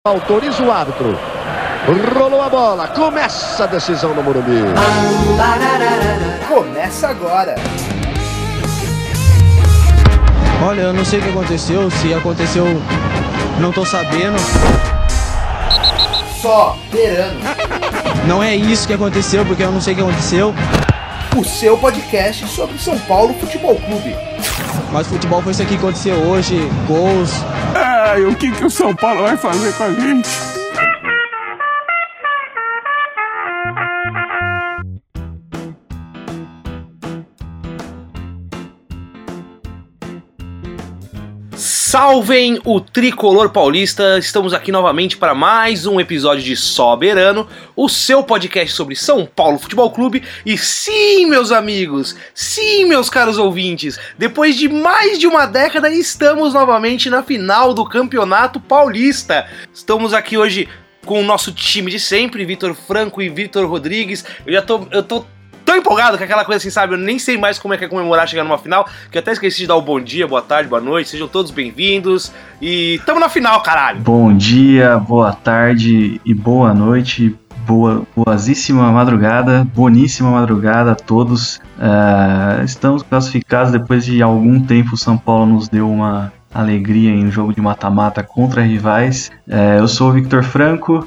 Autoriza o árbitro. Rolou a bola. Começa a decisão no Morumbi. Começa agora. Olha, eu não sei o que aconteceu. Se aconteceu, não tô sabendo. Só Verano. Não é isso que aconteceu, porque eu não sei o que aconteceu. O seu podcast sobre São Paulo Futebol Clube. Mas futebol foi isso aqui que aconteceu hoje. Gols. E o que o São Paulo vai fazer com a gente? Salvem o Tricolor Paulista, estamos aqui novamente para mais um episódio de Soberano, o seu podcast sobre São Paulo Futebol Clube. E sim, meus amigos, sim, meus caros ouvintes, depois de mais de uma década estamos novamente na final do Campeonato Paulista. Estamos aqui hoje com o nosso time de sempre, Vitor Franco e Vitor Rodrigues. Eu tô tão empolgado com aquela coisa assim, sabe? Eu nem sei mais como é que é comemorar chegar numa final, que eu até esqueci de dar o bom dia, boa tarde, boa noite. Sejam todos bem-vindos e tamo na final, caralho! Bom dia, boa tarde e boa noite, boazíssima madrugada, boníssima madrugada a todos. Estamos classificados depois de algum tempo. O São Paulo nos deu uma alegria em um jogo de mata-mata contra rivais. Eu sou o Vitor Franco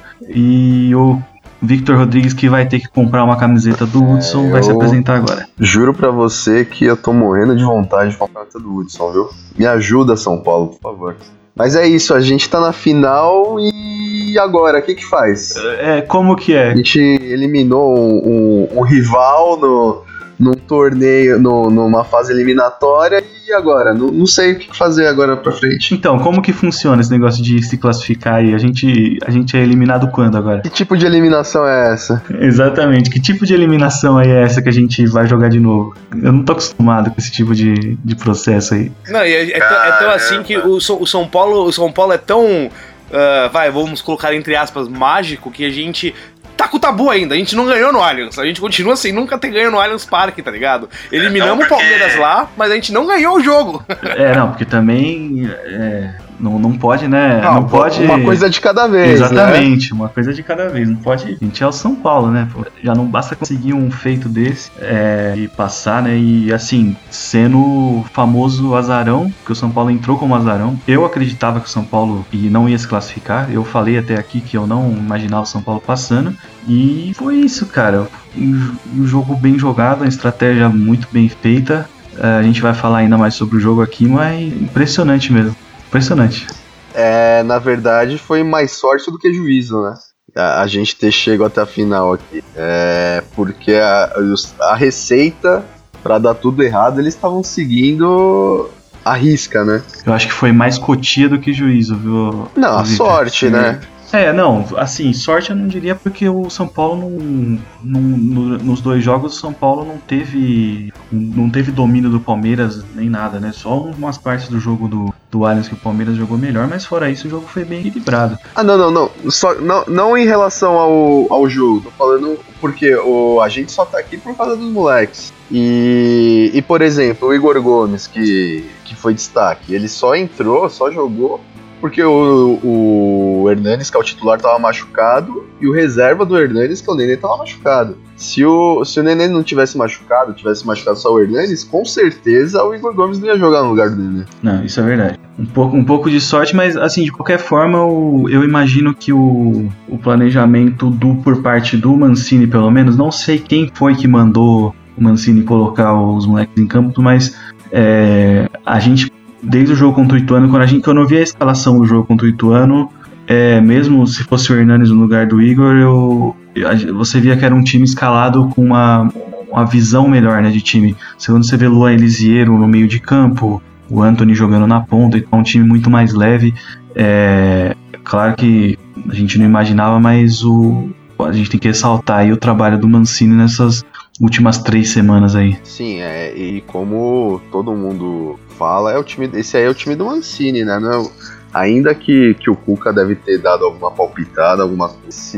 e o Vitor Rodrigues, que vai ter que comprar uma camiseta do Hudson, vai se apresentar agora. Juro pra você que eu tô morrendo de vontade de comprar a camiseta do Hudson, viu? Me ajuda, São Paulo, por favor. Mas é isso, a gente tá na final e agora, o que faz? Como que é? A gente eliminou um rival num torneio, numa fase eliminatória, e agora? Não sei o que fazer agora pra frente. Então, como que funciona esse negócio de se classificar aí? A gente é eliminado quando agora? Que tipo de eliminação é essa? Exatamente, que tipo de eliminação aí é essa que a gente vai jogar de novo? Eu não tô acostumado com esse tipo de processo aí. Não, é tão assim que o São Paulo é tão, vamos colocar entre aspas, mágico, que a gente tá com o tabu ainda, a gente não ganhou no Allianz, a gente continua sem nunca ter ganho no Allianz Parque, tá ligado? Eliminamos o Palmeiras lá, mas a gente não ganhou o jogo. Não, porque também não pode, né? Não pode. Uma coisa de cada vez. Exatamente, né? Uma coisa de cada vez. Não pode. A gente é o São Paulo, né? Já não basta conseguir um feito desse e passar, né? E assim, sendo famoso azarão, que o São Paulo entrou como azarão. Eu acreditava que o São Paulo não ia se classificar. Eu falei até aqui que eu não imaginava o São Paulo passando. E foi isso, cara. Um jogo bem jogado, uma estratégia muito bem feita. A gente vai falar ainda mais sobre o jogo aqui, mas impressionante mesmo. Impressionante. Na verdade, foi mais sorte do que juízo, né? A gente ter chegado até a final aqui. Porque a receita, pra dar tudo errado, eles estavam seguindo a risca, né? Eu acho que foi mais cotia do que juízo, viu? Não, a sorte, né? Assim, sorte eu não diria, porque o São Paulo nos dois jogos o São Paulo não teve domínio do Palmeiras nem nada, né? Só umas partes do jogo do Allianz que o Palmeiras jogou melhor, mas fora isso o jogo foi bem equilibrado. Não em relação ao jogo, tô falando porque a gente só tá aqui por causa dos moleques. E por exemplo, o Igor Gomes, que foi destaque, ele só entrou, só jogou porque o Hernanes, que é o titular, tava machucado, e o reserva do Hernanes, que é o Nenê, tava machucado. Se o Nenê não tivesse machucado só o Hernanes, com certeza o Igor Gomes não ia jogar no lugar do Nenê. Não, isso é verdade. Um pouco de sorte, mas assim, de qualquer forma, eu imagino que o planejamento por parte do Mancini, pelo menos, não sei quem foi que mandou o Mancini colocar os moleques em campo, mas a gente, desde o jogo contra o Ituano, quando eu vi a escalação do jogo contra o Ituano, mesmo se fosse o Hernanes no lugar do Igor, você via que era um time escalado com uma visão melhor, né, de time. Quando você vê Luan Elisiero no meio de campo, o Antony jogando na ponta, então um time muito mais leve. Claro que a gente não imaginava, mas a gente tem que ressaltar aí o trabalho do Mancini nessas últimas 3 semanas aí. Sim, e como todo mundo fala, esse aí é o time do Mancini, né? Não, ainda que o Cuca deve ter dado alguma palpitada, alguma coisa.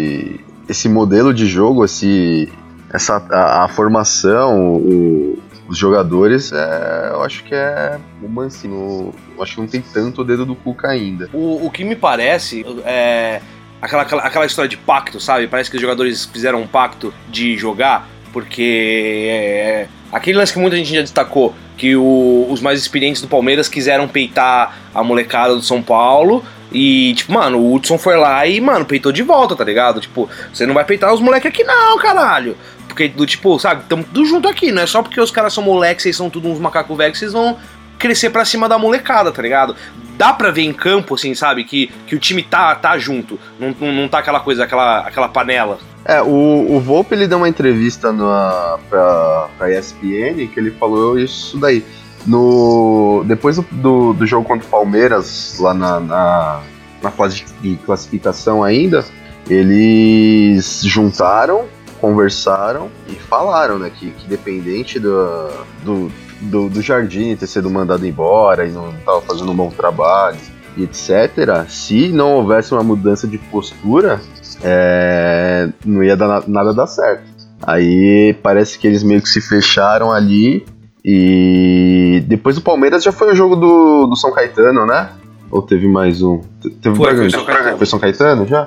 Esse modelo de jogo, a formação, os jogadores, eu acho que é o Mancini. Eu acho que não tem tanto o dedo do Cuca ainda. O que me parece é aquela história de pacto, sabe? Parece que os jogadores fizeram um pacto de jogar, porque aquele lance que muita gente já destacou, que os mais experientes do Palmeiras quiseram peitar a molecada do São Paulo. E, tipo, mano, o Hudson foi lá e, mano, peitou de volta, tá ligado? Tipo, você não vai peitar os moleques aqui não, caralho. Porque, do tipo, sabe, tamo tudo junto aqui, não é só porque os caras são moleques, vocês são tudo uns macacos velhos, que vocês vão crescer pra cima da molecada, tá ligado? Dá pra ver em campo, assim, sabe, que o time tá junto, não tá aquela coisa, aquela panela. O Volpe, ele deu uma entrevista pra ESPN, que ele falou isso daí. Depois do jogo contra o Palmeiras, lá na fase de classificação ainda, eles juntaram, conversaram e falaram, né, que dependente do Jardim ter sido mandado embora e não estava fazendo um bom trabalho e etc., se não houvesse uma mudança de postura, não ia nada dar certo. Aí parece que eles meio que se fecharam ali. E depois do Palmeiras já foi o jogo do São Caetano, né? Ou teve mais um? Foi São Caetano já?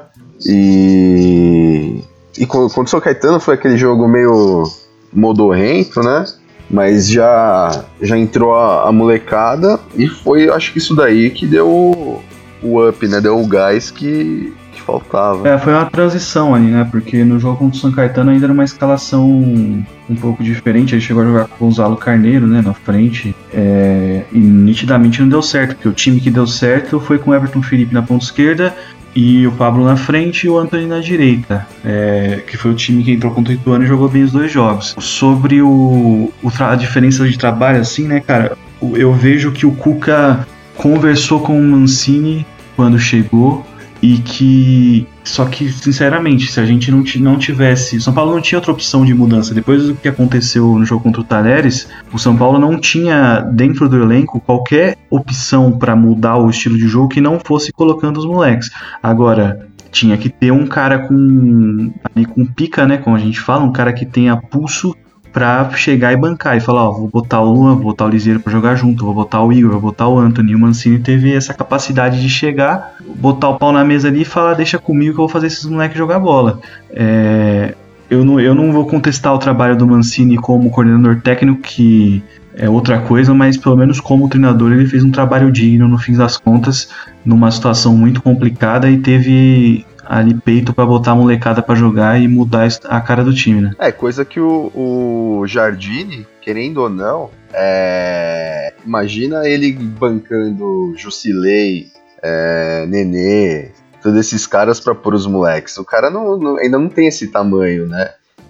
E contra o São Caetano foi aquele jogo meio modorrento, né? Mas já entrou a molecada e foi, acho que isso daí que deu o up, né? Deu o gás que faltava. Foi uma transição ali, né? Porque no jogo contra o São Caetano ainda era uma escalação um pouco diferente. Ele chegou a jogar com o Gonzalo Carneiro, né, na frente, e nitidamente não deu certo, porque o time que deu certo foi com o Everton Felipe na ponta esquerda e o Pablo na frente e o Antony na direita, que foi o time que entrou contra o Ituano e jogou bem os dois jogos. Sobre a diferença de trabalho, assim, né, cara, eu vejo que o Cuca conversou com o Mancini quando chegou. Só que, sinceramente, se a gente não tivesse... São Paulo não tinha outra opção de mudança. Depois do que aconteceu no jogo contra o Talheres, o São Paulo não tinha, dentro do elenco, qualquer opção para mudar o estilo de jogo que não fosse colocando os moleques. Agora, tinha que ter um cara com pica, né, como a gente fala, um cara que tenha pulso pra chegar e bancar e falar, vou botar o Luan, vou botar o Liseiro pra jogar junto, vou botar o Igor, vou botar o Antony. O Mancini teve essa capacidade de chegar, botar o pau na mesa ali e falar, deixa comigo que eu vou fazer esses moleques jogar bola. Eu não vou contestar o trabalho do Mancini como coordenador técnico, que é outra coisa, mas pelo menos como treinador ele fez um trabalho digno no fim das contas, numa situação muito complicada, e teve ali peito pra botar a molecada pra jogar e mudar a cara do time, né? Coisa que o Jardine, querendo ou não, imagina ele bancando Jusilei, Nenê, todos esses caras pra pôr os moleques. O cara ainda não tem esse tamanho, né?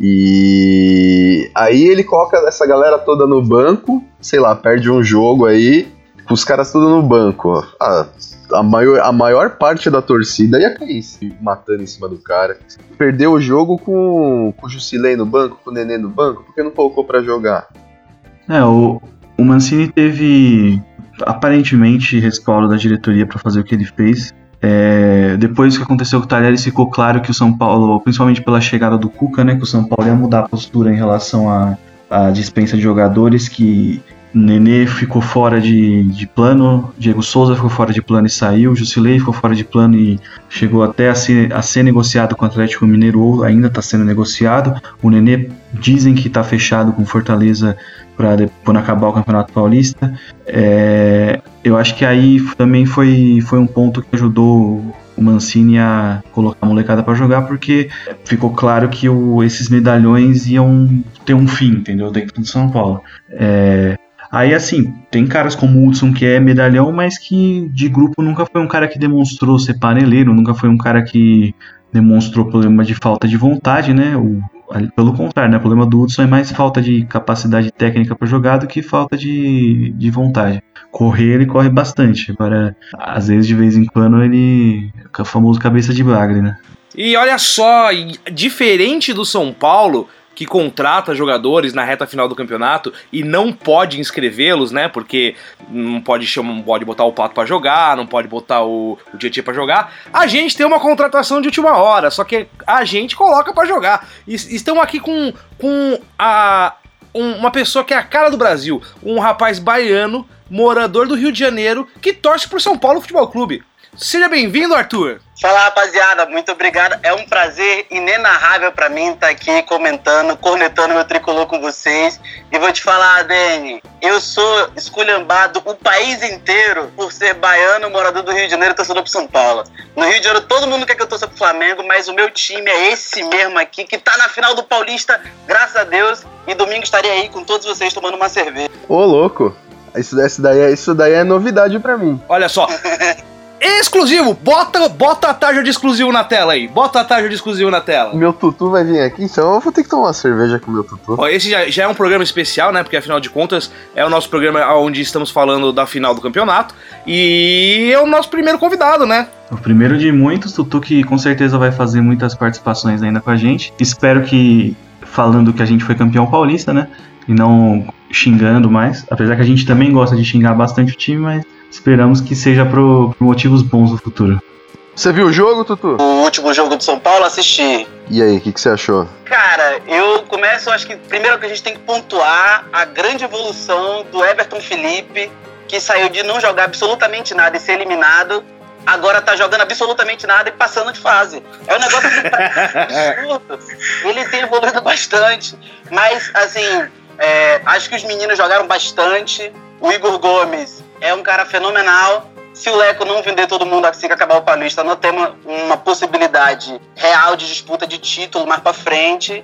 E aí ele coloca essa galera toda no banco, sei lá, perde um jogo aí, com os caras todos no banco. A maior parte da torcida ia cair se matando em cima do cara. Perdeu o jogo com o Jusilei no banco, com o Nenê no banco, porque não colocou pra jogar. O Mancini teve aparentemente respaldo da diretoria pra fazer o que ele fez. Depois que aconteceu com o Talheres, ficou claro que o São Paulo, principalmente pela chegada do Cuca, né, que o São Paulo ia mudar a postura em relação à dispensa de jogadores, que Nenê ficou fora de plano, Diego Souza ficou fora de plano e saiu, Jusilei ficou fora de plano e chegou até a ser negociado com o Atlético Mineiro, ou ainda está sendo negociado. O Nenê dizem que está fechado com Fortaleza para quando acabar o Campeonato Paulista. Eu acho que aí também foi um ponto que ajudou o Mancini a colocar a molecada para jogar, porque ficou claro que esses medalhões iam ter um fim, entendeu? Dentro do São Paulo. Aí, assim, tem caras como o Hudson, que é medalhão, mas que de grupo nunca foi um cara que demonstrou ser paneleiro, nunca foi um cara que demonstrou problema de falta de vontade, né? Pelo contrário, né? O problema do Hudson é mais falta de capacidade técnica para jogar do que falta de vontade. Correr, ele corre bastante. Agora, às vezes, de vez em quando, ele é o famoso cabeça de bagre, né? E olha só, diferente do São Paulo, que contrata jogadores na reta final do campeonato e não pode inscrevê-los, né? Porque não pode botar o Pato pra jogar, não pode botar o Tietchan pra jogar. A gente tem uma contratação de última hora, só que a gente coloca pra jogar. Estamos aqui com uma pessoa que é a cara do Brasil, um rapaz baiano, morador do Rio de Janeiro, que torce pro São Paulo Futebol Clube. Seja bem-vindo, Arthur. Fala, rapaziada, muito obrigado. É um prazer inenarrável pra mim estar aqui comentando, cornetando meu tricolor com vocês. E vou te falar, Dani, eu sou esculhambado o país inteiro por ser baiano, morador do Rio de Janeiro e torcedor pro São Paulo. No Rio de Janeiro todo mundo quer que eu torça pro Flamengo, mas o meu time é esse mesmo aqui, que tá na final do Paulista, graças a Deus. E domingo estarei aí com todos vocês tomando uma cerveja. Ô, louco. Isso daí é novidade pra mim. Olha só. Exclusivo! Bota a tarja de exclusivo na tela aí. Bota a tarja de exclusivo na tela. Meu tutu vai vir aqui, então eu vou ter que tomar uma cerveja com o meu tutu. Ó, esse já é um programa especial, né? Porque afinal de contas é o nosso programa onde estamos falando da final do campeonato. E é o nosso primeiro convidado, né? O primeiro de muitos, Tutu, que com certeza vai fazer muitas participações ainda com a gente. Espero que falando que a gente foi campeão paulista, né? E não xingando mais. Apesar que a gente também gosta de xingar bastante o time, mas esperamos que seja por motivos bons no futuro. Você viu o jogo, Tutu? O último jogo do São Paulo, assisti. E aí, o que você achou? Cara, eu começo, acho que primeiro que a gente tem que pontuar a grande evolução do Everton Felipe, que saiu de não jogar absolutamente nada e ser eliminado, agora tá jogando absolutamente nada e passando de fase. É um negócio absurdo. Ele tem evoluído bastante, mas assim, acho que os meninos jogaram bastante. O Igor Gomes é um cara fenomenal. Se o Leco não vender todo mundo assim que acabar o Paulista, não tem uma possibilidade real de disputa de título mais pra frente.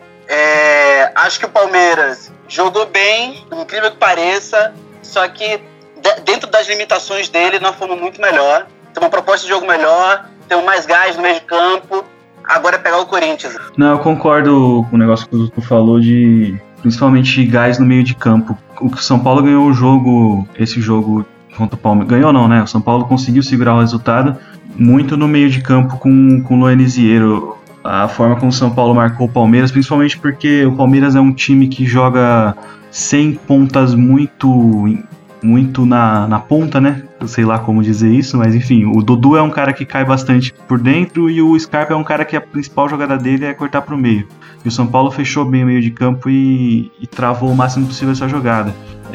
Acho que o Palmeiras jogou bem, incrível que pareça, só que dentro das limitações dele nós fomos muito melhor. Tem uma proposta de jogo melhor, tem mais gás no meio de campo. Agora é pegar o Corinthians. Não, eu concordo com o negócio que o Tutu falou de principalmente gás no meio de campo. O São Paulo ganhou o jogo, esse jogo contra o Palmeiras. Ganhou não, né? O São Paulo conseguiu segurar o resultado muito no meio de campo com o Luan Lisieiro. A forma como o São Paulo marcou o Palmeiras, principalmente porque o Palmeiras é um time que joga sem pontas muito na ponta, né? Eu sei lá como dizer isso, mas enfim, o Dudu é um cara que cai bastante por dentro e o Scarpa é um cara que a principal jogada dele é cortar pro meio. E o São Paulo fechou bem o meio de campo e travou o máximo possível essa jogada.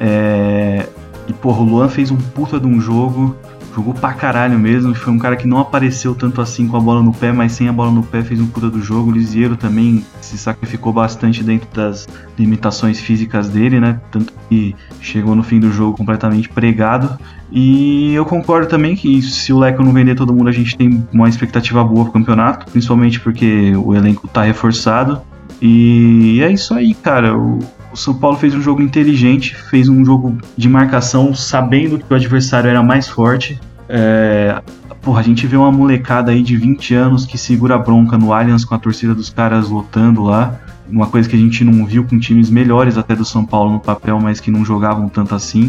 E porra, o Luan fez um puta de um jogo, jogou pra caralho mesmo, foi um cara que não apareceu tanto assim com a bola no pé, mas sem a bola no pé fez um puta do jogo. O Lisieiro também se sacrificou bastante dentro das limitações físicas dele, né? Tanto que chegou no fim do jogo completamente pregado. E eu concordo também que se o Leco não vender todo mundo, a gente tem uma expectativa boa pro campeonato, principalmente porque o elenco tá reforçado. E é isso aí, cara. O São Paulo fez um jogo inteligente, fez um jogo de marcação, sabendo que o adversário era mais forte. A gente vê uma molecada aí de 20 anos que segura a bronca no Allianz com a torcida dos caras lotando lá. Uma coisa que a gente não viu com times melhores até do São Paulo no papel, mas que não jogavam tanto assim.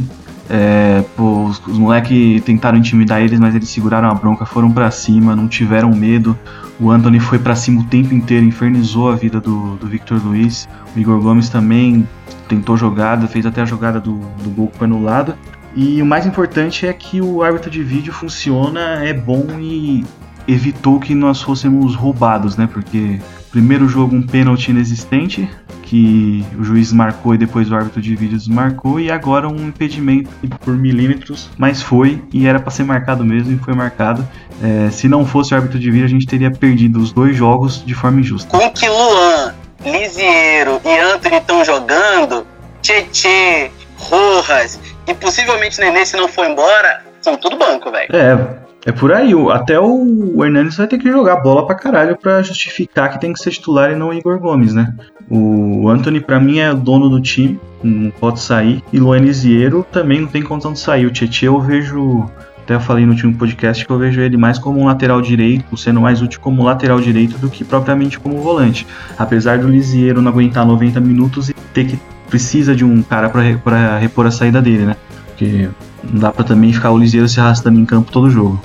Os moleques tentaram intimidar eles, mas eles seguraram a bronca, foram pra cima, não tiveram medo. O Antony foi pra cima o tempo inteiro, infernizou a vida do Victor Luiz. O Igor Gomes também tentou jogada, fez até a jogada do gol que foi anulado. E o mais importante é que o árbitro de vídeo funciona, é bom e evitou que nós fôssemos roubados, né? Porque primeiro jogo um pênalti inexistente, que o juiz marcou e depois o árbitro de vídeo desmarcou, e agora um impedimento por milímetros, mas foi, e era para ser marcado mesmo, e foi marcado. Se não fosse o árbitro de vídeo, a gente teria perdido os dois jogos de forma injusta. Com que Luan, Lisieiro e Antony estão jogando, Tietê, Rojas e possivelmente Nenê, se não for embora, são tudo banco, velho. É por aí, até o Hernandes vai ter que jogar bola pra caralho pra justificar que tem que ser titular e não o Igor Gomes, né? O Antony pra mim é o dono do time, não pode sair, e Luan Lisieiro também não tem condição de sair. O Tietê eu vejo, até eu falei no último podcast que eu vejo ele mais como um lateral direito, sendo mais útil como lateral direito do que propriamente como volante. Apesar do Lisieiro não aguentar 90 minutos e precisa de um cara pra repor a saída dele, né? Porque não dá pra também ficar o Lisieiro se arrastando em campo todo jogo.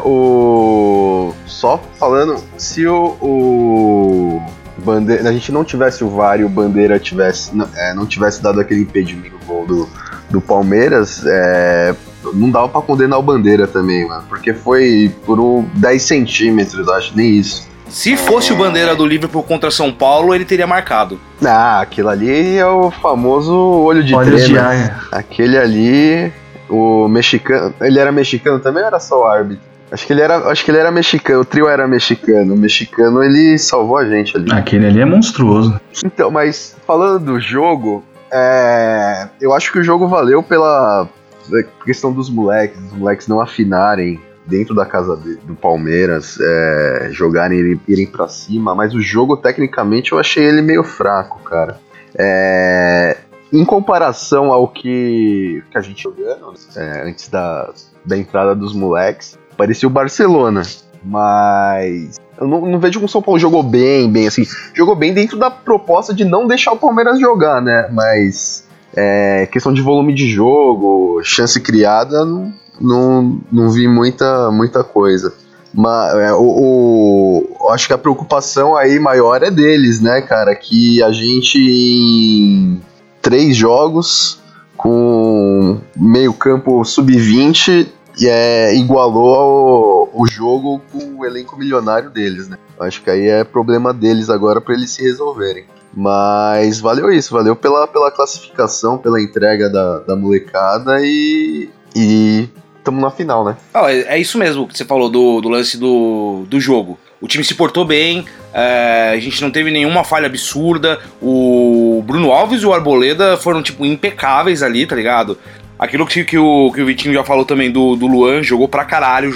Só falando, se o Bandeira, a gente não tivesse o VAR e o Bandeira não tivesse dado aquele impedimento no gol do Palmeiras, não dava pra condenar o Bandeira também, mano, porque foi por 10 centímetros, acho, nem isso. Se fosse o Bandeira do Liverpool contra São Paulo, ele teria marcado. Aquilo ali é o famoso olho de Olhos de trena. águia. Aquele ali, o mexicano... Ele era mexicano também ou era só o árbitro? Acho que ele era mexicano, o trio era mexicano. O mexicano, ele salvou a gente ali. Aquele ali é monstruoso. Então, mas falando do jogo, eu acho que o jogo valeu pela questão dos moleques não afinarem dentro da casa do Palmeiras, jogarem, irem pra cima, mas o jogo, tecnicamente, eu achei ele meio fraco, cara. Em comparação ao que a gente jogando antes da entrada dos moleques, parecia o Barcelona, mas eu não vejo como o São Paulo jogou bem, assim, jogou bem dentro da proposta de não deixar o Palmeiras jogar, né, mas questão de volume de jogo, chance criada, não vi muita coisa. Mas eu acho que a preocupação aí maior é deles, né, cara, que a gente em 3 jogos com meio campo sub-20 igualou o jogo com o elenco milionário deles, né? Acho que aí é problema deles agora pra eles se resolverem. Mas valeu isso, valeu pela classificação, pela entrega da molecada e estamos na final, né? É isso mesmo que você falou do lance do jogo. O time se portou bem, a gente não teve nenhuma falha absurda, o Bruno Alves e o Arboleda foram, tipo, impecáveis ali, tá ligado? Aquilo que o Vitinho já falou também do Luan, jogou pra caralho,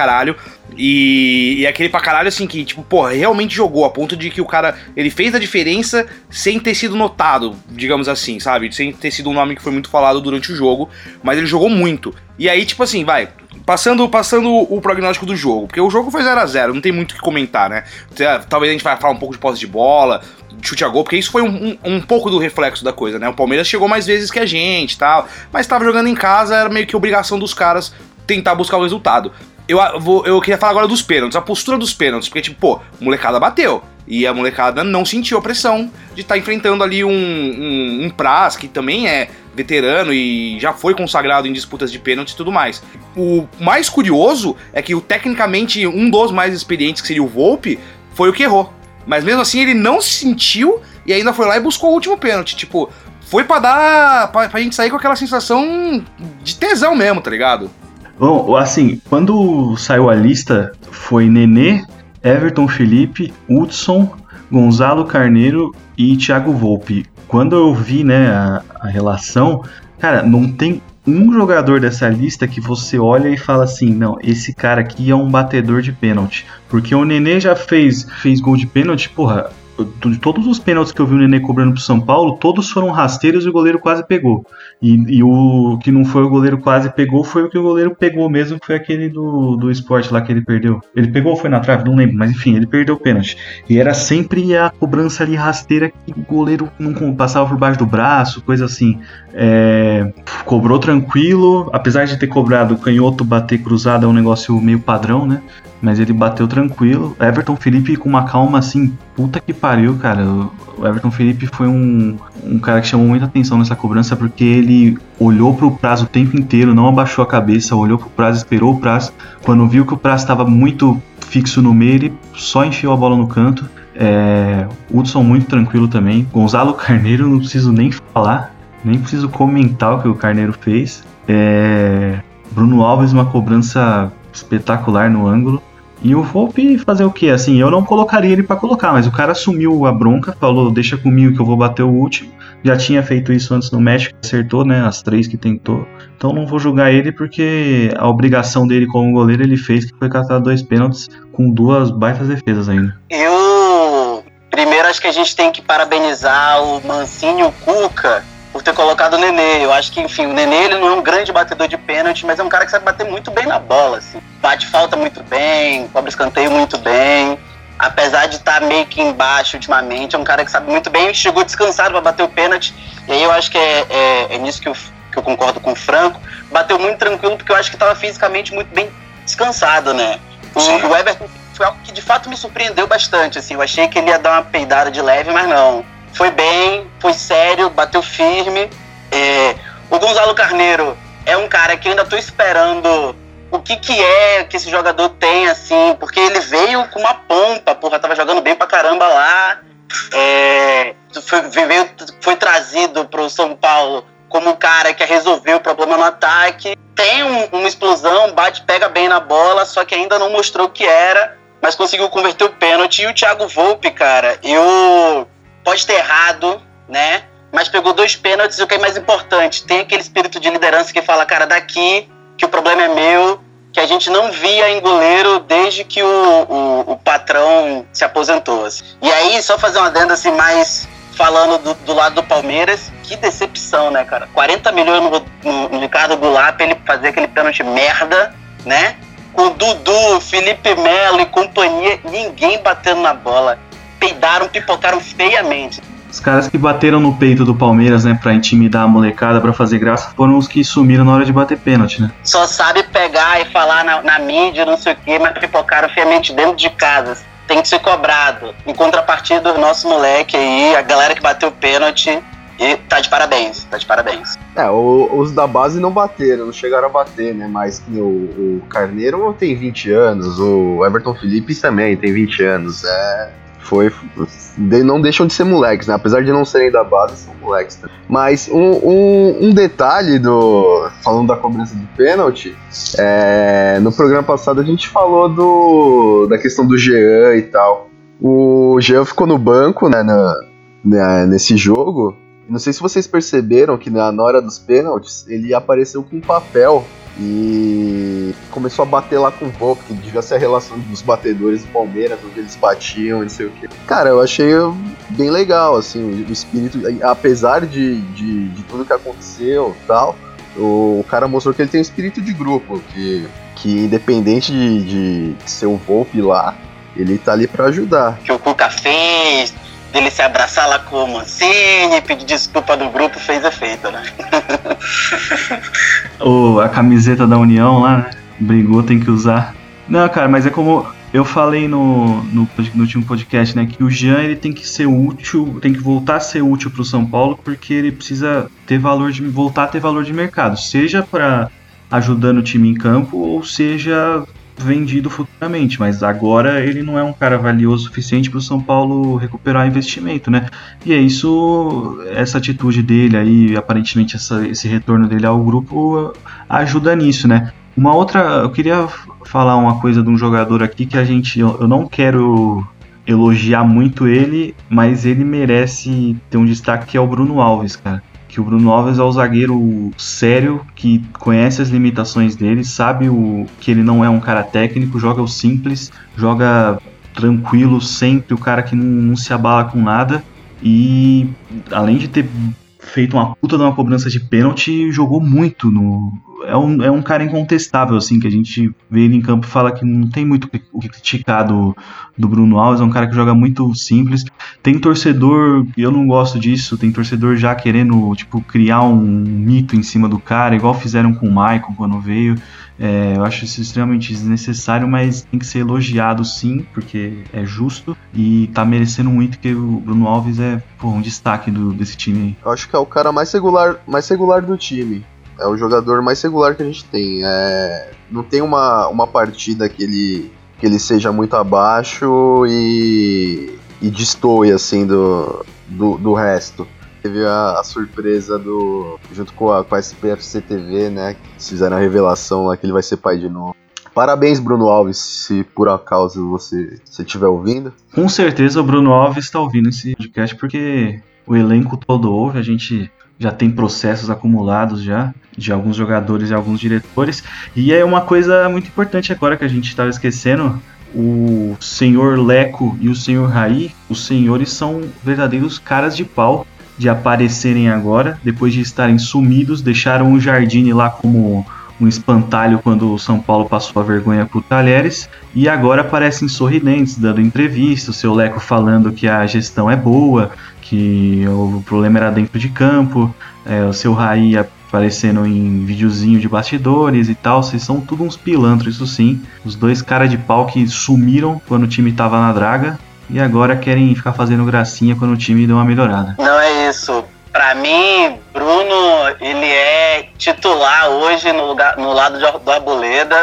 e aquele pra caralho, assim, que, tipo, porra, realmente jogou, a ponto de que o cara, ele fez a diferença sem ter sido notado, digamos assim, sabe? Sem ter sido um nome que foi muito falado durante o jogo, mas ele jogou muito. E aí, tipo assim, passando o prognóstico do jogo, porque o jogo foi 0-0, não tem muito o que comentar, né? Talvez a gente vai falar um pouco de posse de bola, chute a gol, porque isso foi um pouco do reflexo da coisa, né? O Palmeiras chegou mais vezes que a gente e tal, mas tava jogando em casa, era meio que obrigação dos caras tentar buscar o resultado. Eu queria falar agora dos pênaltis, a postura dos pênaltis, porque, tipo, pô, a molecada bateu, e a molecada não sentiu a pressão de estar enfrentando ali um Praz, que também é veterano e já foi consagrado em disputas de pênalti e tudo mais. O mais curioso é que, tecnicamente, um dos mais experientes, que seria o Volpi, foi o que errou. Mas mesmo assim ele não sentiu e ainda foi lá e buscou o último pênalti. Tipo, foi pra gente sair com aquela sensação de tesão mesmo, tá ligado? Bom, assim, quando saiu a lista, foi Nenê, Everton Felipe, Hudson, Gonzalo Carneiro e Thiago Volpi. Quando eu vi, né, a relação, cara, não tem um jogador dessa lista que você olha e fala assim, não, esse cara aqui é um batedor de pênalti. Porque o Nenê já fez gol de pênalti, porra, de todos os pênaltis que eu vi o Nenê cobrando pro São Paulo, todos foram rasteiros e o goleiro quase pegou. E o que não foi o goleiro quase pegou foi o que o goleiro pegou mesmo, que foi aquele do Sport lá que ele perdeu. Ele pegou ou foi na trave? Não lembro, mas enfim, ele perdeu o pênalti. E era sempre a cobrança ali rasteira que o goleiro não passava por baixo do braço, coisa assim. Cobrou tranquilo, apesar de ter cobrado o canhoto bater cruzado é um negócio meio padrão, né? Mas ele bateu tranquilo. Everton Felipe com uma calma assim, puta que pariu, cara. O Everton Felipe foi um cara que chamou muita atenção nessa cobrança, porque ele olhou pro Praz o tempo inteiro, não abaixou a cabeça, olhou pro Praz, esperou o Praz. Quando viu que o Praz estava muito fixo no meio, ele só enfiou a bola no canto. Hudson muito tranquilo também. Gonzalo Carneiro, não preciso nem falar, nem preciso comentar o que o Carneiro fez. Bruno Alves, uma cobrança espetacular no ângulo. E o Volpi fazer o quê? Assim, eu não colocaria ele pra colocar, mas o cara assumiu a bronca, falou, deixa comigo que eu vou bater o último. Já tinha feito isso antes no México, acertou, né, as 3 que tentou. Então não vou julgar ele, porque a obrigação dele como goleiro ele fez, que foi catar 2 pênaltis com 2 baitas defesas ainda. Primeiro acho que a gente tem que parabenizar o Mancini e o Cuca por ter colocado o Nenê. Eu acho que, enfim, o Nenê ele não é um grande batedor de pênalti, mas é um cara que sabe bater muito bem na bola, assim. Bate falta muito bem, cobra escanteio muito bem. Apesar de estar meio que embaixo ultimamente, é um cara que sabe muito bem, chegou descansado para bater o pênalti. E aí eu acho que é nisso que eu concordo com o Franco. Bateu muito tranquilo, porque eu acho que estava fisicamente muito bem descansado, né? O Everton foi algo que de fato me surpreendeu bastante, assim. Eu achei que ele ia dar uma peidada de leve, mas não. Foi bem, foi sério, bateu firme. O Gonzalo Carneiro é um cara que eu ainda tô esperando o que é que esse jogador tem, assim, porque ele veio com uma pompa, porra, tava jogando bem pra caramba lá, foi trazido pro São Paulo como um cara que resolveu o problema no ataque, tem uma explosão, pega bem na bola, só que ainda não mostrou o que era, mas conseguiu converter o pênalti. E o Thiago Volpi, cara, pode ter errado, né, mas pegou 2 pênaltis, e o que é mais importante, tem aquele espírito de liderança que fala, cara, daqui, que o problema é meu, que a gente não via em goleiro desde que o patrão se aposentou. Assim. E aí, só fazer uma adenda assim, mais falando do lado do Palmeiras, que decepção, né, cara? 40 milhões no Ricardo Goulart pra ele fazer aquele pênalti merda, né? Com o Dudu, Felipe Melo e companhia, ninguém batendo na bola. Peidaram, pipocaram feiamente. Os caras que bateram no peito do Palmeiras, né, pra intimidar a molecada, pra fazer graça, foram os que sumiram na hora de bater pênalti, né? Só sabe pegar e falar na mídia, não sei o quê, mas pipocaram feiamente dentro de casa. Tem que ser cobrado. Em contrapartida, o nosso moleque aí, a galera que bateu pênalti, e tá de parabéns, tá de parabéns. Os da base não bateram, não chegaram a bater, né? Mas o Carneiro tem 20 anos, o Everton Felipe também tem 20 anos, não deixam de ser moleques, né? Apesar de não serem da base, são moleques também. Mas um detalhe falando da cobrança de pênalti, no programa passado a gente falou da questão do Jean e tal. O Jean ficou no banco, né, nesse jogo. Não sei se vocês perceberam que na hora dos pênaltis ele apareceu com um papel e começou a bater lá com o Volpi, que devia ser a relação dos batedores do Palmeiras, onde eles batiam e não sei o que. Cara, eu achei bem legal, assim, o espírito, apesar de tudo que aconteceu e tal, o cara mostrou que ele tem um espírito de grupo, que independente de ser o Volpi lá, ele tá ali pra ajudar. Que o Cuca fez, dele se abraçar lá com o Mancini, pedir desculpa do grupo, fez efeito, né? A camiseta da União lá, né? Brigou, tem que usar. Não, cara, mas é como eu falei no último podcast, né? Que o Jean, ele tem que ser útil, tem que voltar a ser útil pro São Paulo, porque ele precisa voltar a ter valor de mercado. Seja para ajudando o time em campo, ou seja vendido futuramente, mas agora ele não é um cara valioso o suficiente para o São Paulo recuperar investimento, né? E é isso, essa atitude dele aí, aparentemente esse retorno dele ao grupo ajuda nisso, né? Uma outra, eu queria falar uma coisa de um jogador aqui que eu não quero elogiar muito ele, mas ele merece ter um destaque, que é o Bruno Alves, cara. Que o Bruno Alves é o zagueiro sério, que conhece as limitações dele, sabe que ele não é um cara técnico, joga o simples, joga tranquilo sempre, o cara que não se abala com nada, e além de ter feito uma puta de uma cobrança de pênalti, jogou muito é um cara incontestável, assim, que a gente vê ele em campo e fala que não tem muito o que criticar do Bruno Alves, é um cara que joga muito simples. Tem torcedor, eu não gosto disso, tem torcedor já querendo, criar um mito em cima do cara, igual fizeram com o Maicon quando veio. Eu acho isso extremamente desnecessário, mas tem que ser elogiado sim, porque é justo e tá merecendo muito, que o Bruno Alves é um destaque desse time aí. Eu acho que é o cara mais regular do time. É o jogador mais regular que a gente tem. Não tem uma partida que ele seja muito abaixo e destoe assim do resto. Teve a surpresa junto com a SPFC TV, né? Que fizeram a revelação lá que ele vai ser pai de novo. Parabéns, Bruno Alves, se por acaso você estiver ouvindo. Com certeza o Bruno Alves está ouvindo esse podcast, porque o elenco todo ouve, a gente já tem processos acumulados já, de alguns jogadores e alguns diretores. E é uma coisa muito importante agora que a gente estava esquecendo, o senhor Leco e o senhor Raí, os senhores são verdadeiros caras de pau de aparecerem agora, depois de estarem sumidos, deixaram o Jardine lá como um espantalho quando o São Paulo passou a vergonha pro Talheres, e agora aparecem sorridentes, dando entrevista, o seu Leco falando que a gestão é boa, que o problema era dentro de campo, o seu Raí aparecendo em videozinho de bastidores e tal. Vocês são tudo uns pilantros, isso sim, os dois caras de pau que sumiram quando o time tava na draga, e agora querem ficar fazendo gracinha quando o time deu uma melhorada. Não é isso. Pra mim, Bruno, ele é titular hoje no lado do Arboleda.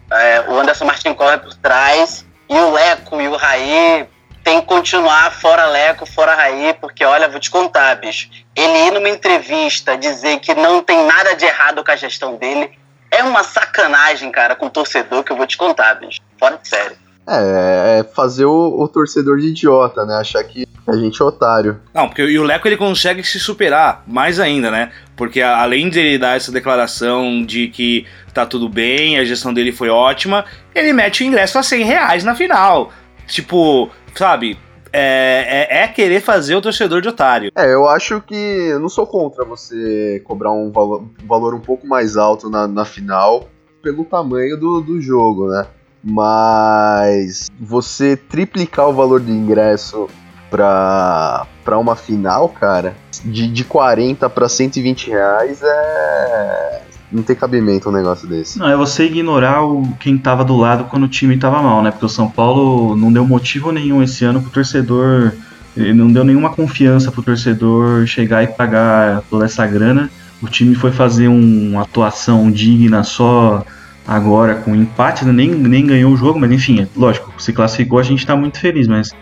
o Anderson Martins corre por trás, e o Leco e o Raí tem que continuar fora Leco, fora Raí, porque olha, vou te contar, bicho, ele ir numa entrevista dizer que não tem nada de errado com a gestão dele é uma sacanagem, cara, com o torcedor, que eu vou te contar, bicho, fora de sério. É fazer o torcedor de idiota, né? Achar que a gente é otário. Não, porque o Leco ele consegue se superar mais ainda, né? Porque além de ele dar essa declaração de que tá tudo bem, a gestão dele foi ótima, ele mete o ingresso a R$100 na final. Tipo, sabe? É querer fazer o torcedor de otário. Eu acho que eu não sou contra você cobrar um valor um pouco mais alto na final pelo tamanho do jogo, né? Mas você triplicar o valor do ingresso pra uma final, cara, de 40 para R$120 não tem cabimento um negócio desse. Não, é você ignorar quem tava do lado quando o time tava mal, né? Porque o São Paulo não deu motivo nenhum esse ano pro torcedor, não deu nenhuma confiança pro torcedor chegar e pagar toda essa grana. O time foi fazer uma atuação digna só agora com empate, né? nem ganhou o jogo, mas enfim, lógico, se classificou, a gente tá muito feliz, mas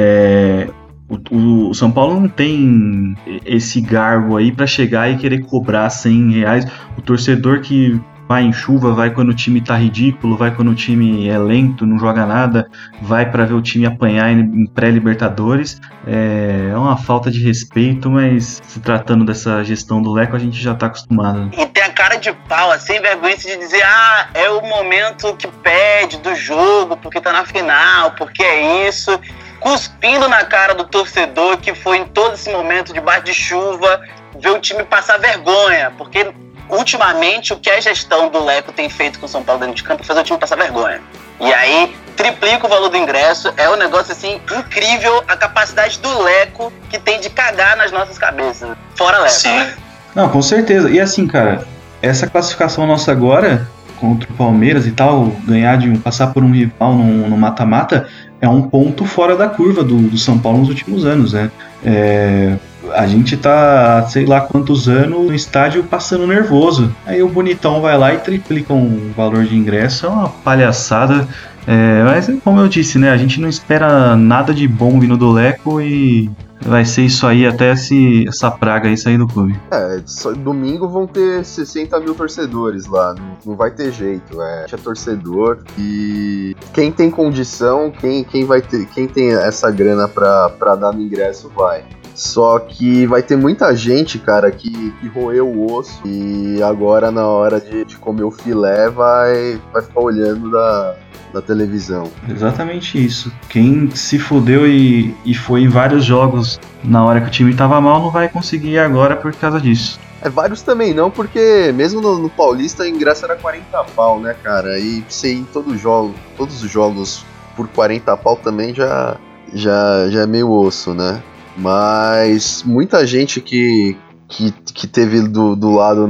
o São Paulo não tem esse garbo aí pra chegar e querer cobrar R$100. O torcedor que vai em chuva, vai quando o time tá ridículo, vai quando o time é lento, não joga nada, vai pra ver o time apanhar em pré-Libertadores, é uma falta de respeito, mas se tratando dessa gestão do Leco, a gente já tá acostumado. E tem a cara de pau, assim, vergonha de dizer, é o momento que pede do jogo, porque tá na final, porque é isso, cuspindo na cara do torcedor que foi em todo esse momento debaixo de chuva, ver o time passar vergonha, porque ultimamente o que a gestão do Leco tem feito com o São Paulo dentro de campo é fazer o time passar vergonha. E aí triplica o valor do ingresso, é um negócio assim incrível a capacidade do Leco que tem de cagar nas nossas cabeças. Fora Leco. Sim. Não, com certeza. E assim, cara, essa classificação nossa agora contra o Palmeiras e tal, passar por um rival no mata-mata, é um ponto fora da curva do São Paulo nos últimos anos, né? A gente tá, sei lá quantos anos no estádio passando nervoso. Aí o bonitão vai lá e triplica um valor de ingresso, é uma palhaçada. Mas como eu disse, né? A gente não espera nada de bom vindo do Leco e vai ser isso aí até essa praga aí sair do clube. Domingo vão ter 60 mil torcedores lá, não vai ter jeito, é torcedor e quem tem condição, quem tem essa grana pra dar no ingresso vai. Só que vai ter muita gente, cara, que roeu o osso e agora na hora de comer o filé vai ficar olhando da televisão. Exatamente isso. Quem se fudeu e foi em vários jogos na hora que o time tava mal não vai conseguir agora por causa disso. Vários também não, porque mesmo no Paulista o ingresso era 40 pau, né, cara? E você ir em todos os jogos por 40 pau também já é meio osso, né? Mas muita gente que teve do lado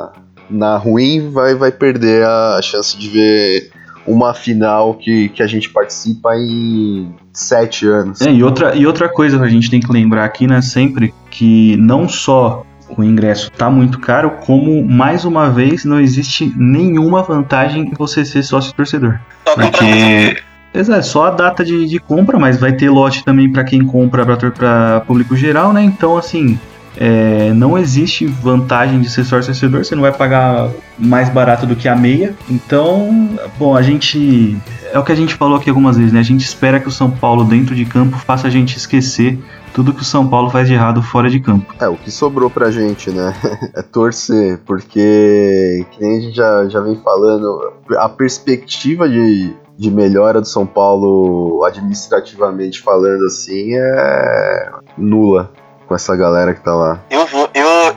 na ruim vai perder a chance de ver uma final que a gente participa em 7 anos. E outra coisa que a gente tem que lembrar aqui, né, sempre, que não só o ingresso tá muito caro, como, mais uma vez, não existe nenhuma vantagem em você ser sócio torcedor. Porque é só a data de compra, mas vai ter lote também para quem compra para público geral, né? Então, assim, não existe vantagem de ser sócio torcedor, você não vai pagar mais barato do que a meia. Então, bom, é o que a gente falou aqui algumas vezes, né? A gente espera que o São Paulo dentro de campo faça a gente esquecer tudo que o São Paulo faz de errado fora de campo. O que sobrou pra gente, né? É torcer, porque, que nem a gente já vem falando, a perspectiva de melhora do São Paulo administrativamente falando assim é nula com essa galera que tá lá. Eu vou,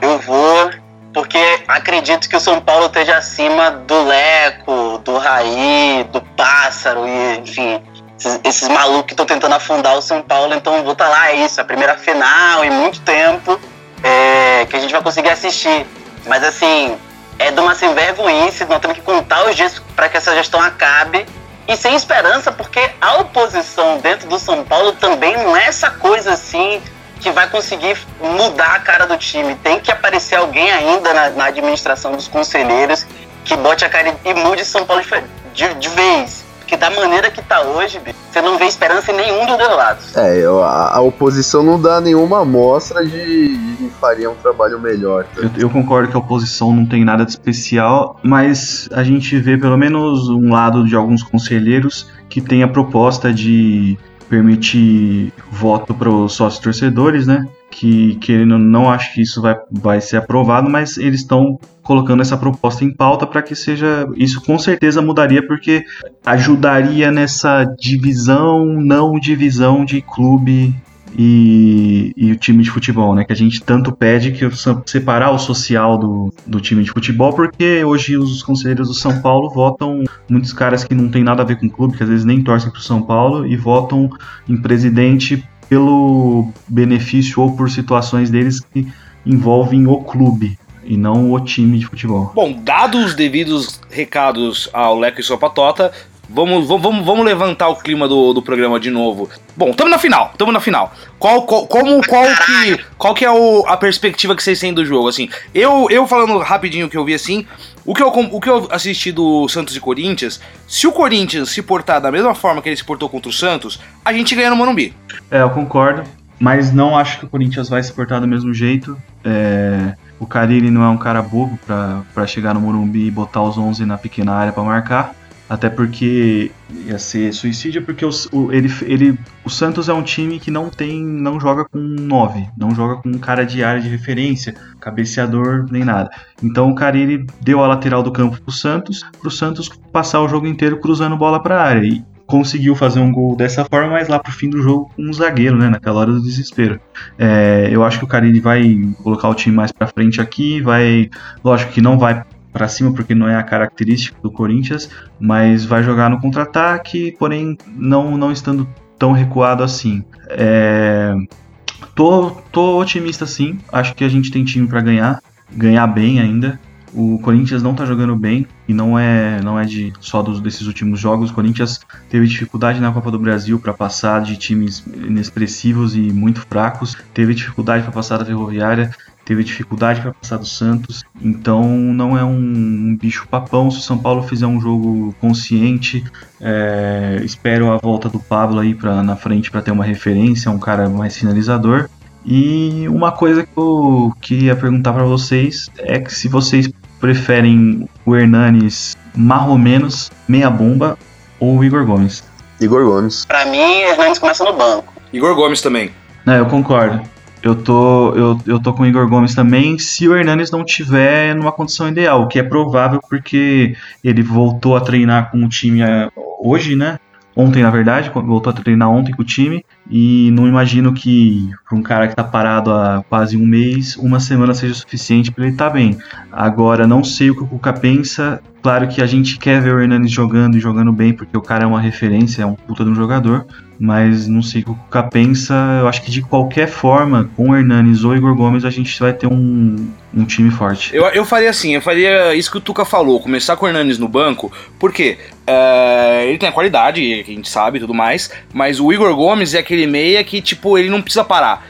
porque acredito que o São Paulo esteja acima do Leco, do Raí, do Pássaro e, enfim, esses malucos que estão tentando afundar o São Paulo. Então eu vou estar lá, a primeira final em muito tempo que a gente vai conseguir assistir. Mas assim, é de uma sem vergonhice, nós temos que contar os dias para que essa gestão acabe. E sem esperança, porque a oposição dentro do São Paulo também não é essa coisa assim que vai conseguir mudar a cara do time. Tem que aparecer alguém ainda na administração dos conselheiros que bote a cara e mude São Paulo de vez. Porque da maneira que tá hoje, bicho, você não vê esperança em nenhum dos dois lados. A oposição não dá nenhuma amostra de que faria um trabalho melhor. Tá? Eu concordo que a oposição não tem nada de especial, mas a gente vê pelo menos um lado de alguns conselheiros que tem a proposta de permitir voto para os sócios torcedores, né? Que não acho que isso vai ser aprovado, mas eles estão colocando essa proposta em pauta para que seja... Isso com certeza mudaria, porque ajudaria nessa não divisão de clube e o time de futebol, né? Que a gente tanto pede, que separar o social do time de futebol, porque hoje os conselheiros do São Paulo votam muitos caras que não tem nada a ver com o clube, que às vezes nem torcem pro São Paulo, e votam em presidente pelo benefício ou por situações deles que envolvem o clube e não o time de futebol. Bom, dados os devidos recados ao Leco e sua patota, vamos levantar o clima do programa de novo. Bom, tamo na final. Qual que é a perspectiva que vocês têm do jogo? Assim, eu falando rapidinho o que eu vi, assim, o que eu assisti do Santos e Corinthians, se o Corinthians se portar da mesma forma que ele se portou contra o Santos, a gente ganha no Morumbi. Eu concordo, mas não acho que o Corinthians vai se portar do mesmo jeito. O Carille não é um cara bobo pra chegar no Morumbi e botar os 11 na pequena área pra marcar. Até porque ia ser suicídio, porque o Santos é um time que não joga com 9, não joga com um cara de área de referência, cabeceador, nem nada. Então o Carille deu a lateral do campo pro Santos passar o jogo inteiro cruzando bola pra área. E conseguiu fazer um gol dessa forma, mas lá pro fim do jogo com um zagueiro, né, naquela hora do desespero. Eu acho que o Carille vai colocar o time mais pra frente aqui, lógico que não vai para cima, porque não é a característica do Corinthians, mas vai jogar no contra-ataque, porém não estando tão recuado assim. Tô otimista sim, acho que a gente tem time para ganhar bem ainda. O Corinthians não tá jogando bem, e não é só desses últimos jogos. O Corinthians teve dificuldade na Copa do Brasil para passar de times inexpressivos e muito fracos, teve dificuldade para passar da Ferroviária, teve dificuldade para passar do Santos, então não é um bicho papão. Se o São Paulo fizer um jogo consciente, espero a volta do Pablo aí na frente para ter uma referência, um cara mais finalizador. E uma coisa que eu queria perguntar para vocês é que se vocês preferem o Hernanes marromenos, meia bomba, ou o Igor Gomes. Igor Gomes. Pra mim, Hernanes começa no banco. Igor Gomes também. Eu concordo. Eu tô com o Igor Gomes também, se o Hernanes não tiver numa condição ideal, o que é provável porque ele voltou a treinar com o time hoje, né? Ontem, na verdade, voltou a treinar ontem com o time, e não imagino que para um cara que tá parado há quase um mês, uma semana seja suficiente para ele estar bem. Agora, não sei o que o Cuca pensa. Claro que a gente quer ver o Hernanes jogando e jogando bem, porque o cara é uma referência, é um puta de um jogador, mas não sei o que o Cuca pensa. Eu acho que de qualquer forma, com o Hernanes ou Igor Gomes, a gente vai ter um time forte. Eu faria assim, eu faria isso que o Tuca falou, começar com o Hernanes no banco, porque ele tem a qualidade, que a gente sabe e tudo mais, mas o Igor Gomes é aquele meia que, tipo, ele não precisa parar.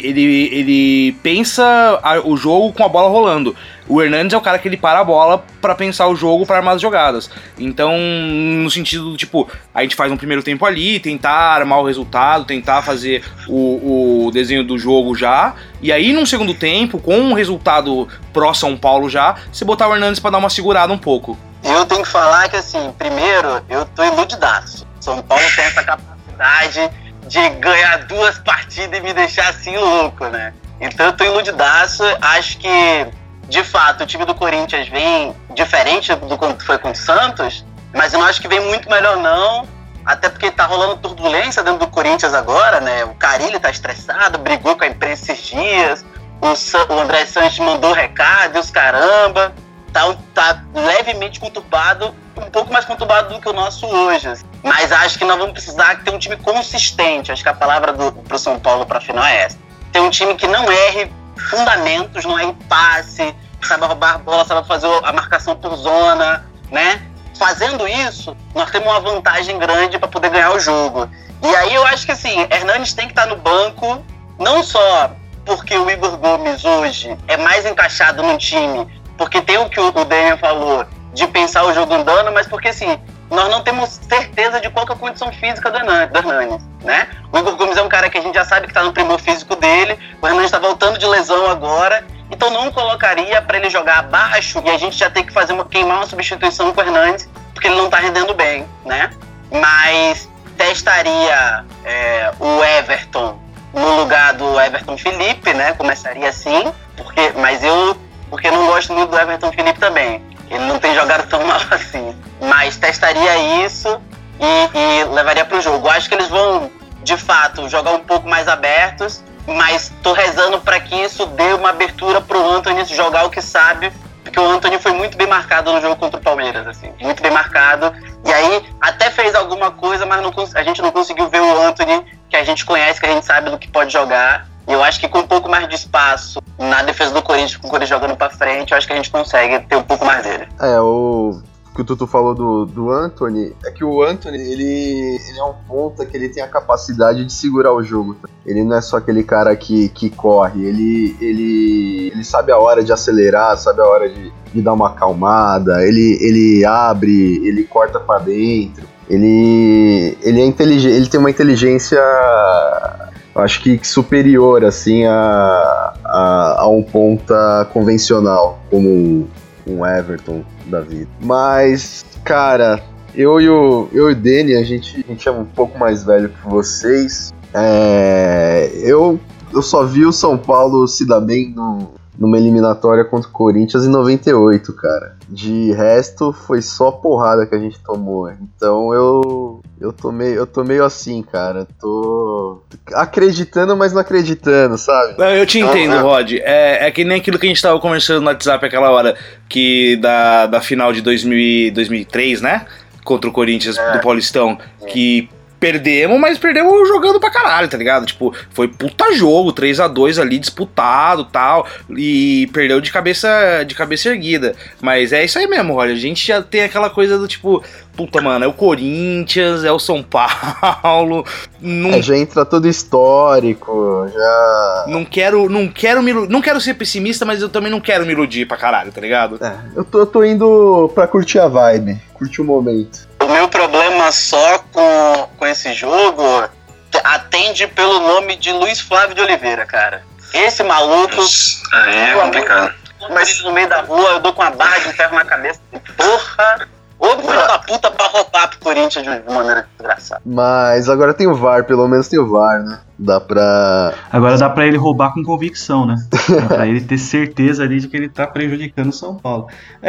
Ele pensa o jogo com a bola rolando. O Hernanes é o cara que ele para a bola pra pensar o jogo, pra armar as jogadas. Então, no sentido do tipo, a gente faz um primeiro tempo ali, tentar armar o resultado, tentar fazer o desenho do jogo já, e aí num segundo tempo, com um resultado pró-São Paulo já, você botar o Hernanes pra dar uma segurada um pouco. Eu tenho que falar que, assim, primeiro, eu tô iludidaço. São Paulo tem essa capacidade de ganhar 2 partidas e me deixar assim louco, né? Então eu tô iludidaço, acho que de fato, o time do Corinthians vem diferente do que foi com o Santos, mas eu não acho que vem muito melhor não, até porque tá rolando turbulência dentro do Corinthians agora, né? O Carille tá estressado, brigou com a imprensa esses dias, o André Sanches mandou recado, e os caramba, tá levemente conturbado, um pouco mais conturbado do que o nosso hoje. Mas acho que nós vamos precisar ter um time consistente, acho que a palavra pro São Paulo pra final é essa. Ter um time que não erre fundamentos, não erre passe, saiba roubar a bola, saiba fazer a marcação por zona, né? Fazendo isso, nós temos uma vantagem grande para poder ganhar o jogo. E aí eu acho que assim, Hernanes tem que estar no banco, não só porque o Igor Gomes hoje é mais encaixado no time, porque tem o que o Daniel falou, de pensar o jogo andando, mas porque assim, nós não temos certeza de qual que é a condição física do Hernanes, né? O Igor Gomes é um cara que a gente já sabe que está no primor físico dele, o Hernanes está voltando de lesão agora, então não colocaria para ele jogar abaixo e a gente já tem que queimar uma substituição com o Hernanes, porque ele não está rendendo bem, né? Mas testaria o Everton no lugar do Everton Felipe, né? Começaria assim, porque não gosto muito do Everton Felipe também. Ele não tem jogado tão mal assim. Mas testaria isso e levaria pro jogo. Acho que eles vão, de fato, jogar um pouco mais abertos, mas tô rezando para que isso dê uma abertura pro Antony jogar o que sabe, porque o Antony foi muito bem marcado no jogo contra o Palmeiras, assim, muito bem marcado. E aí até fez alguma coisa, mas a gente não conseguiu ver o Antony que a gente conhece, que a gente sabe do que pode jogar. E eu acho que com um pouco mais de espaço na defesa do Corinthians, com o Corinthians jogando pra frente, eu acho que a gente consegue ter um pouco mais dele. O que o Tutu falou do Antony, é que o Antony, ele é um ponta que ele tem a capacidade de segurar o jogo. Ele não é só aquele cara que corre, ele sabe a hora de acelerar, sabe a hora de dar uma acalmada, ele abre, ele corta pra dentro, ele é inteligente, ele tem uma inteligência, acho que superior, assim, a um ponta convencional, como um Everton da vida. Mas, cara, eu e o Dani, a gente é um pouco mais velho que vocês. Eu só vi o São Paulo se dar bem numa eliminatória contra o Corinthians em 98, cara. De resto, foi só porrada que a gente tomou. Então eu tô meio assim, cara. Tô acreditando, mas não acreditando, sabe? Não, eu te entendo, Rod. É que nem aquilo que a gente tava conversando no WhatsApp aquela hora, que da final de 2003, né? Contra o Corinthians do Paulistão, que perdemos, mas perdemos jogando pra caralho, tá ligado? Tipo, foi puta jogo, 3-2 ali, disputado e tal, e perdeu de cabeça erguida. Mas é isso aí mesmo, olha, a gente já tem aquela coisa do tipo, puta, mano, é o Corinthians, é o São Paulo... já entra todo histórico, já... Não quero ser pessimista, mas eu também não quero me iludir pra caralho, tá ligado? Eu tô indo pra curtir a vibe, curtir o momento. O meu problema só com esse jogo atende pelo nome de Luiz Flávio de Oliveira, cara. Esse maluco... É complicado. Mas no meio da rua, eu dou com a barra de ferro na cabeça. Porra! Ô filho da puta pra roubar pro Corinthians de maneira desgraçada. Mas agora tem o VAR, pelo menos tem o VAR, né? Agora dá pra ele roubar com convicção, né? Dá pra ele ter certeza ali de que ele tá prejudicando o São Paulo.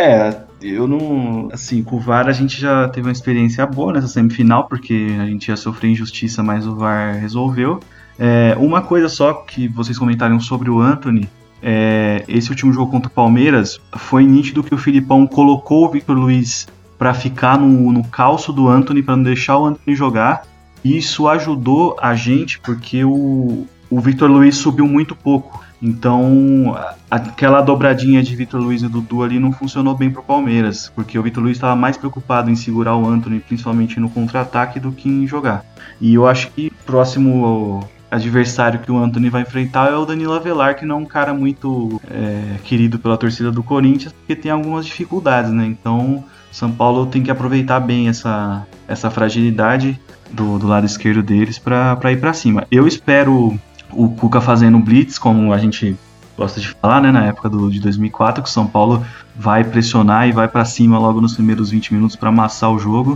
Eu não... Assim, com o VAR a gente já teve uma experiência boa nessa semifinal, porque a gente ia sofrer injustiça, mas o VAR resolveu. Uma coisa só que vocês comentaram sobre o Antony, esse último jogo contra o Palmeiras, foi nítido que o Filipão colocou o Victor Luiz para ficar no calço do Antony, para não deixar o Antony jogar. E isso ajudou a gente, porque o Victor Luiz subiu muito pouco. Então, aquela dobradinha de Victor Luiz e Dudu ali não funcionou bem pro Palmeiras, porque o Victor Luiz estava mais preocupado em segurar o Antony, principalmente no contra-ataque, do que em jogar. E eu acho que o próximo adversário que o Antony vai enfrentar é o Danilo Avelar, que não é um cara muito querido pela torcida do Corinthians, porque tem algumas dificuldades, né? Então, São Paulo tem que aproveitar bem essa fragilidade do lado esquerdo deles para ir para cima. Eu espero o Cuca fazendo blitz, como a gente gosta de falar, né, na época de 2004, que o São Paulo vai pressionar e vai para cima logo nos primeiros 20 minutos para amassar o jogo.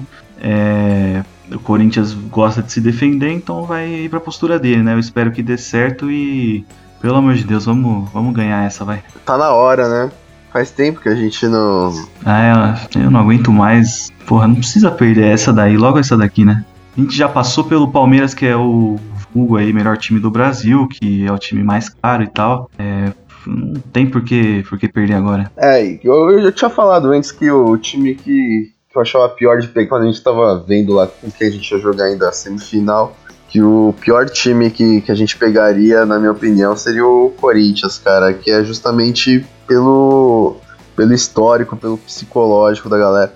O Corinthians gosta de se defender, então vai ir para a postura dele, né? Eu espero que dê certo e, pelo amor de Deus, vamos ganhar essa, vai. Tá na hora, né? Faz tempo que a gente não... Eu não aguento mais. Porra, não precisa perder essa daí, logo essa daqui, né? A gente já passou pelo Palmeiras, que é o vulgo aí, melhor time do Brasil, que é o time mais caro e tal. Não tem por que perder agora. Eu tinha falado antes que o time que eu achava pior de pegar, quando a gente tava vendo lá com quem a gente ia jogar ainda a semifinal, que o pior time que a gente pegaria, na minha opinião, seria o Corinthians, cara, que é justamente pelo histórico, pelo psicológico da galera.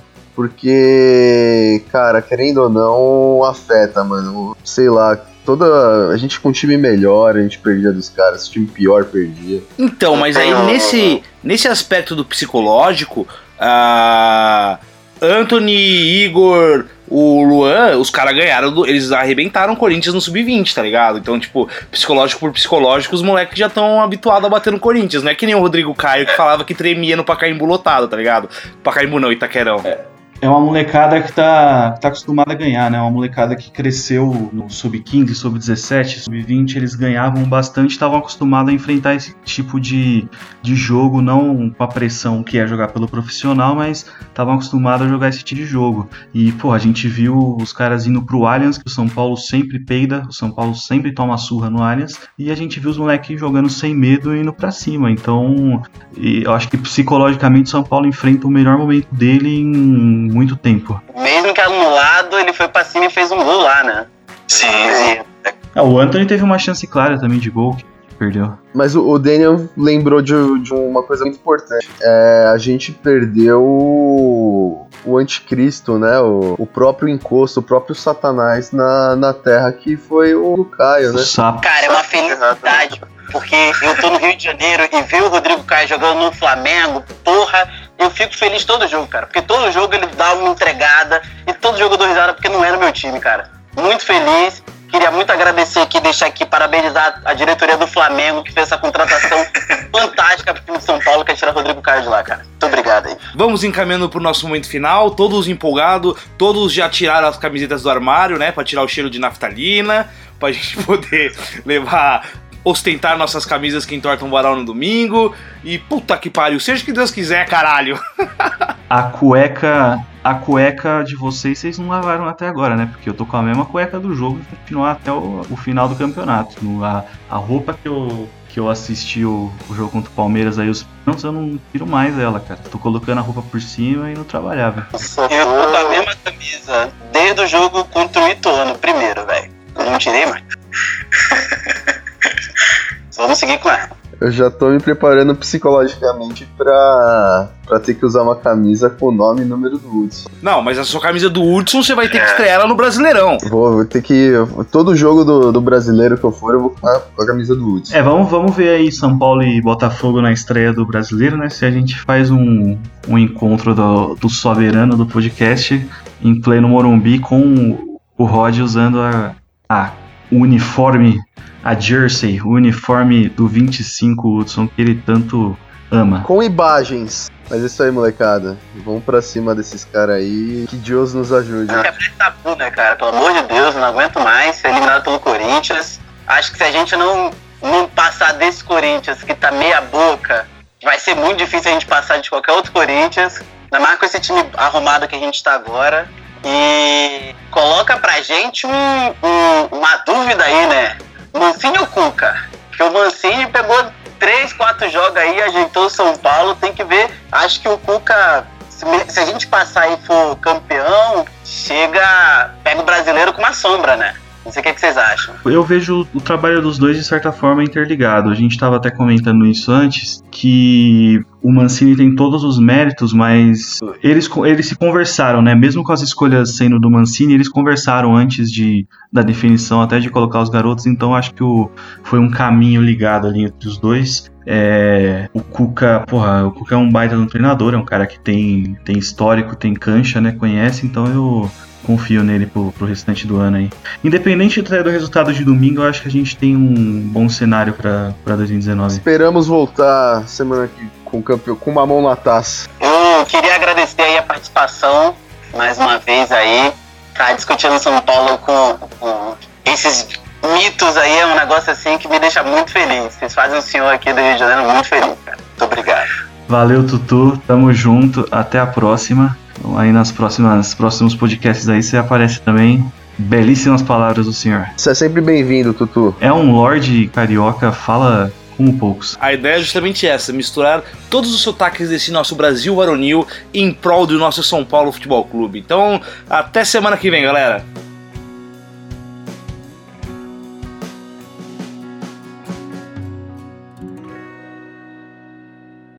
Porque, cara, querendo ou não, afeta, mano. Sei lá, a gente com um time melhor, a gente perdia dos caras, time pior perdia. Então, mas aí nesse aspecto do psicológico, Anthony, Igor, o Luan, os caras ganharam, eles arrebentaram o Corinthians no Sub-20, tá ligado? Então, tipo, psicológico por psicológico, os moleques já estão habituados a bater no Corinthians. Não é que nem o Rodrigo Caio que falava que tremia no Pacaembu lotado, tá ligado? Pacaembu não, Itaquerão. É uma molecada que tá acostumada a ganhar, né? Uma molecada que cresceu no Sub-15, Sub-17, Sub-20, eles ganhavam bastante, estavam acostumados a enfrentar esse tipo de jogo, não com a pressão que é jogar pelo profissional, mas estavam acostumados a jogar esse tipo de jogo. E, pô, a gente viu os caras indo pro Allianz, que o São Paulo sempre peida, o São Paulo sempre toma surra no Allianz, e a gente viu os moleques jogando sem medo e indo pra cima. Então, eu acho que psicologicamente o São Paulo enfrenta o melhor momento dele em muito tempo. Mesmo que anulado, ele foi pra cima e fez um gol lá, né? Sim. O Anthony teve uma chance clara também de gol que perdeu. Mas o Daniel lembrou de uma coisa muito importante. A gente perdeu o anticristo, né? O próprio encosto, o próprio Satanás na terra, que foi o Caio, né? Cara, é uma felicidade, porque eu tô no Rio de Janeiro e ver o Rodrigo Caio jogando no Flamengo, porra, eu fico feliz todo jogo, cara. Porque todo jogo ele dá uma entregada e todo jogo eu dou risada porque não era meu time, cara. Muito feliz. Queria muito agradecer aqui, deixar aqui, parabenizar a diretoria do Flamengo que fez essa contratação fantástica pro time de São Paulo, que é tirar o Rodrigo Caio de lá, cara. Muito obrigado aí. Vamos encaminhando pro nosso momento final, todos empolgados, todos já tiraram as camisetas do armário, né, pra tirar o cheiro de naftalina, pra gente poder ostentar nossas camisas que entortam o varal no domingo, e puta que pariu, seja o que Deus quiser, caralho. A cueca de vocês não lavaram até agora, né? Porque eu tô com a mesma cueca do jogo e vou continuar até o final do campeonato. A roupa que eu assisti o jogo contra o Palmeiras aí, eu não tiro mais ela, cara. Tô colocando a roupa por cima e não trabalhar, velho. Eu tô com a mesma camisa desde o jogo contra o Ituano, primeiro, velho. Eu não tirei mais. Só vamos seguir com ela. Eu já tô me preparando psicologicamente pra ter que usar uma camisa com o nome e número do Hudson. Não, mas a sua camisa do Hudson você vai ter que estrear ela no Brasileirão. Vou ter que... Todo jogo do Brasileiro que eu for, eu vou com a camisa do Hudson. Vamos ver aí São Paulo e Botafogo na estreia do Brasileiro, né? Se a gente faz um encontro do Soberano do podcast em pleno Morumbi com o Rod usando o uniforme, a jersey, o uniforme do 25 Hudson que ele tanto ama. Com imagens. Mas é isso aí, molecada. Vamos pra cima desses caras aí. Que Deus nos ajude. É tabu, né, cara? Pelo amor de Deus, não aguento mais ser eliminado pelo Corinthians. Acho que se a gente não passar desse Corinthians que tá meia boca, vai ser muito difícil a gente passar de qualquer outro Corinthians. Ainda mais com esse time arrumado que a gente tá agora. E coloca pra gente uma dúvida aí, né? Mancini ou Cuca? Porque o Mancini pegou 3, 4 jogos aí, ajeitou o São Paulo, tem que ver. Acho que o Cuca, se a gente passar e for campeão, pega o brasileiro com uma sombra, né? Não sei o que vocês acham. Eu vejo o trabalho dos dois de certa forma interligado. A gente estava até comentando isso antes, que o Mancini tem todos os méritos, mas eles se conversaram, né? Mesmo com as escolhas sendo do Mancini, eles conversaram antes da definição, até de colocar os garotos. Então acho que foi um caminho ligado ali entre os dois. O Cuca é um baita de um treinador, é um cara que tem histórico, tem cancha, né? Conhece, então eu confio nele pro restante do ano aí. Independente do resultado de domingo, eu acho que a gente tem um bom cenário pra 2019. Esperamos voltar semana que com uma mão na taça. Eu queria agradecer aí a participação, mais uma vez aí. Tá discutindo São Paulo com esses mitos aí, é um negócio assim que me deixa muito feliz. Vocês fazem o senhor aqui do Rio de Janeiro muito feliz, cara. Muito obrigado. Valeu, Tutu. Tamo junto. Até a próxima. Aí nos próximos podcasts aí você aparece também. Belíssimas palavras do senhor. Você é sempre bem-vindo, Tutu. É um lorde carioca, fala como poucos. A ideia é justamente essa, misturar todos os sotaques desse nosso Brasil varonil em prol do nosso São Paulo Futebol Clube. Então, até semana que vem, galera.